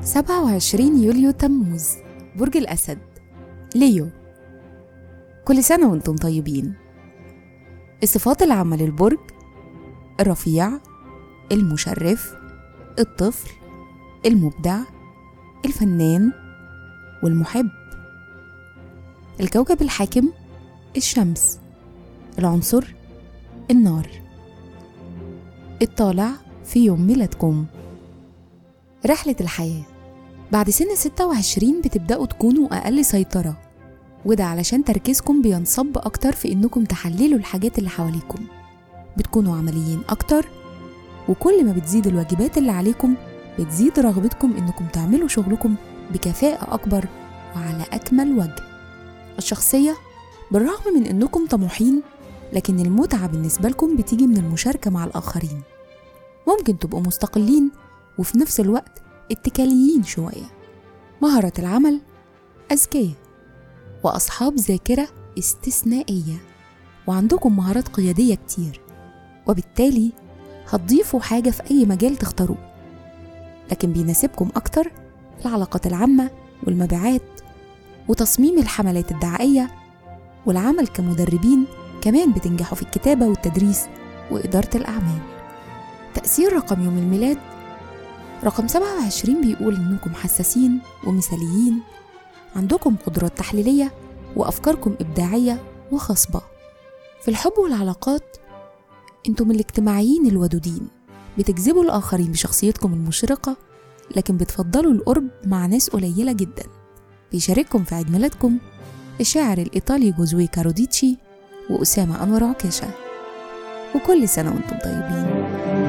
27 يوليو تموز، برج الأسد، ليو. كل سنة وانتم طيبين. الصفات العامة للبرج: الرفيع، المشرف، الطفل، المبدع، الفنان، والمحب. الكوكب الحاكم: الشمس. العنصر: النار. الطالع في يوم ميلادكم. رحلة الحياة: بعد سن 26 بتبدأوا تكونوا أقل سيطرة، وده علشان تركيزكم بينصب أكتر في إنكم تحللوا الحاجات اللي حواليكم. بتكونوا عمليين أكتر، وكل ما بتزيد الواجبات اللي عليكم بتزيد رغبتكم إنكم تعملوا شغلكم بكفاءة أكبر وعلى أكمل وجه. الشخصية: بالرغم من إنكم طموحين، لكن المتعة بالنسبة لكم بتيجي من المشاركة مع الآخرين. ممكن تبقوا مستقلين وفي نفس الوقت اتكاليين شوية. مهارة العمل: أذكياء وأصحاب ذاكرة استثنائية، وعندكم مهارات قيادية كتير، وبالتالي هتضيفوا حاجة في أي مجال تختاروه. لكن بيناسبكم أكتر العلاقات العامة والمبيعات وتصميم الحملات الدعائية والعمل كمدربين. كمان بتنجحوا في الكتابة والتدريس وإدارة الأعمال. تأثير رقم يوم الميلاد: رقم 27 بيقول إنكم حساسين ومثاليين، عندكم قدرات تحليلية وأفكاركم إبداعية وخصبة. في الحب والعلاقات انتم الاجتماعيين الودودين، بتجذبوا الآخرين بشخصيتكم المشرقة، لكن بتفضلوا القرب مع ناس قليلة جدا. بيشارككم في عيد ميلادكم الشاعر الإيطالي جوزوي كاروديتشي وأسامة أنور عكاشة. وكل سنة وانتم طيبين.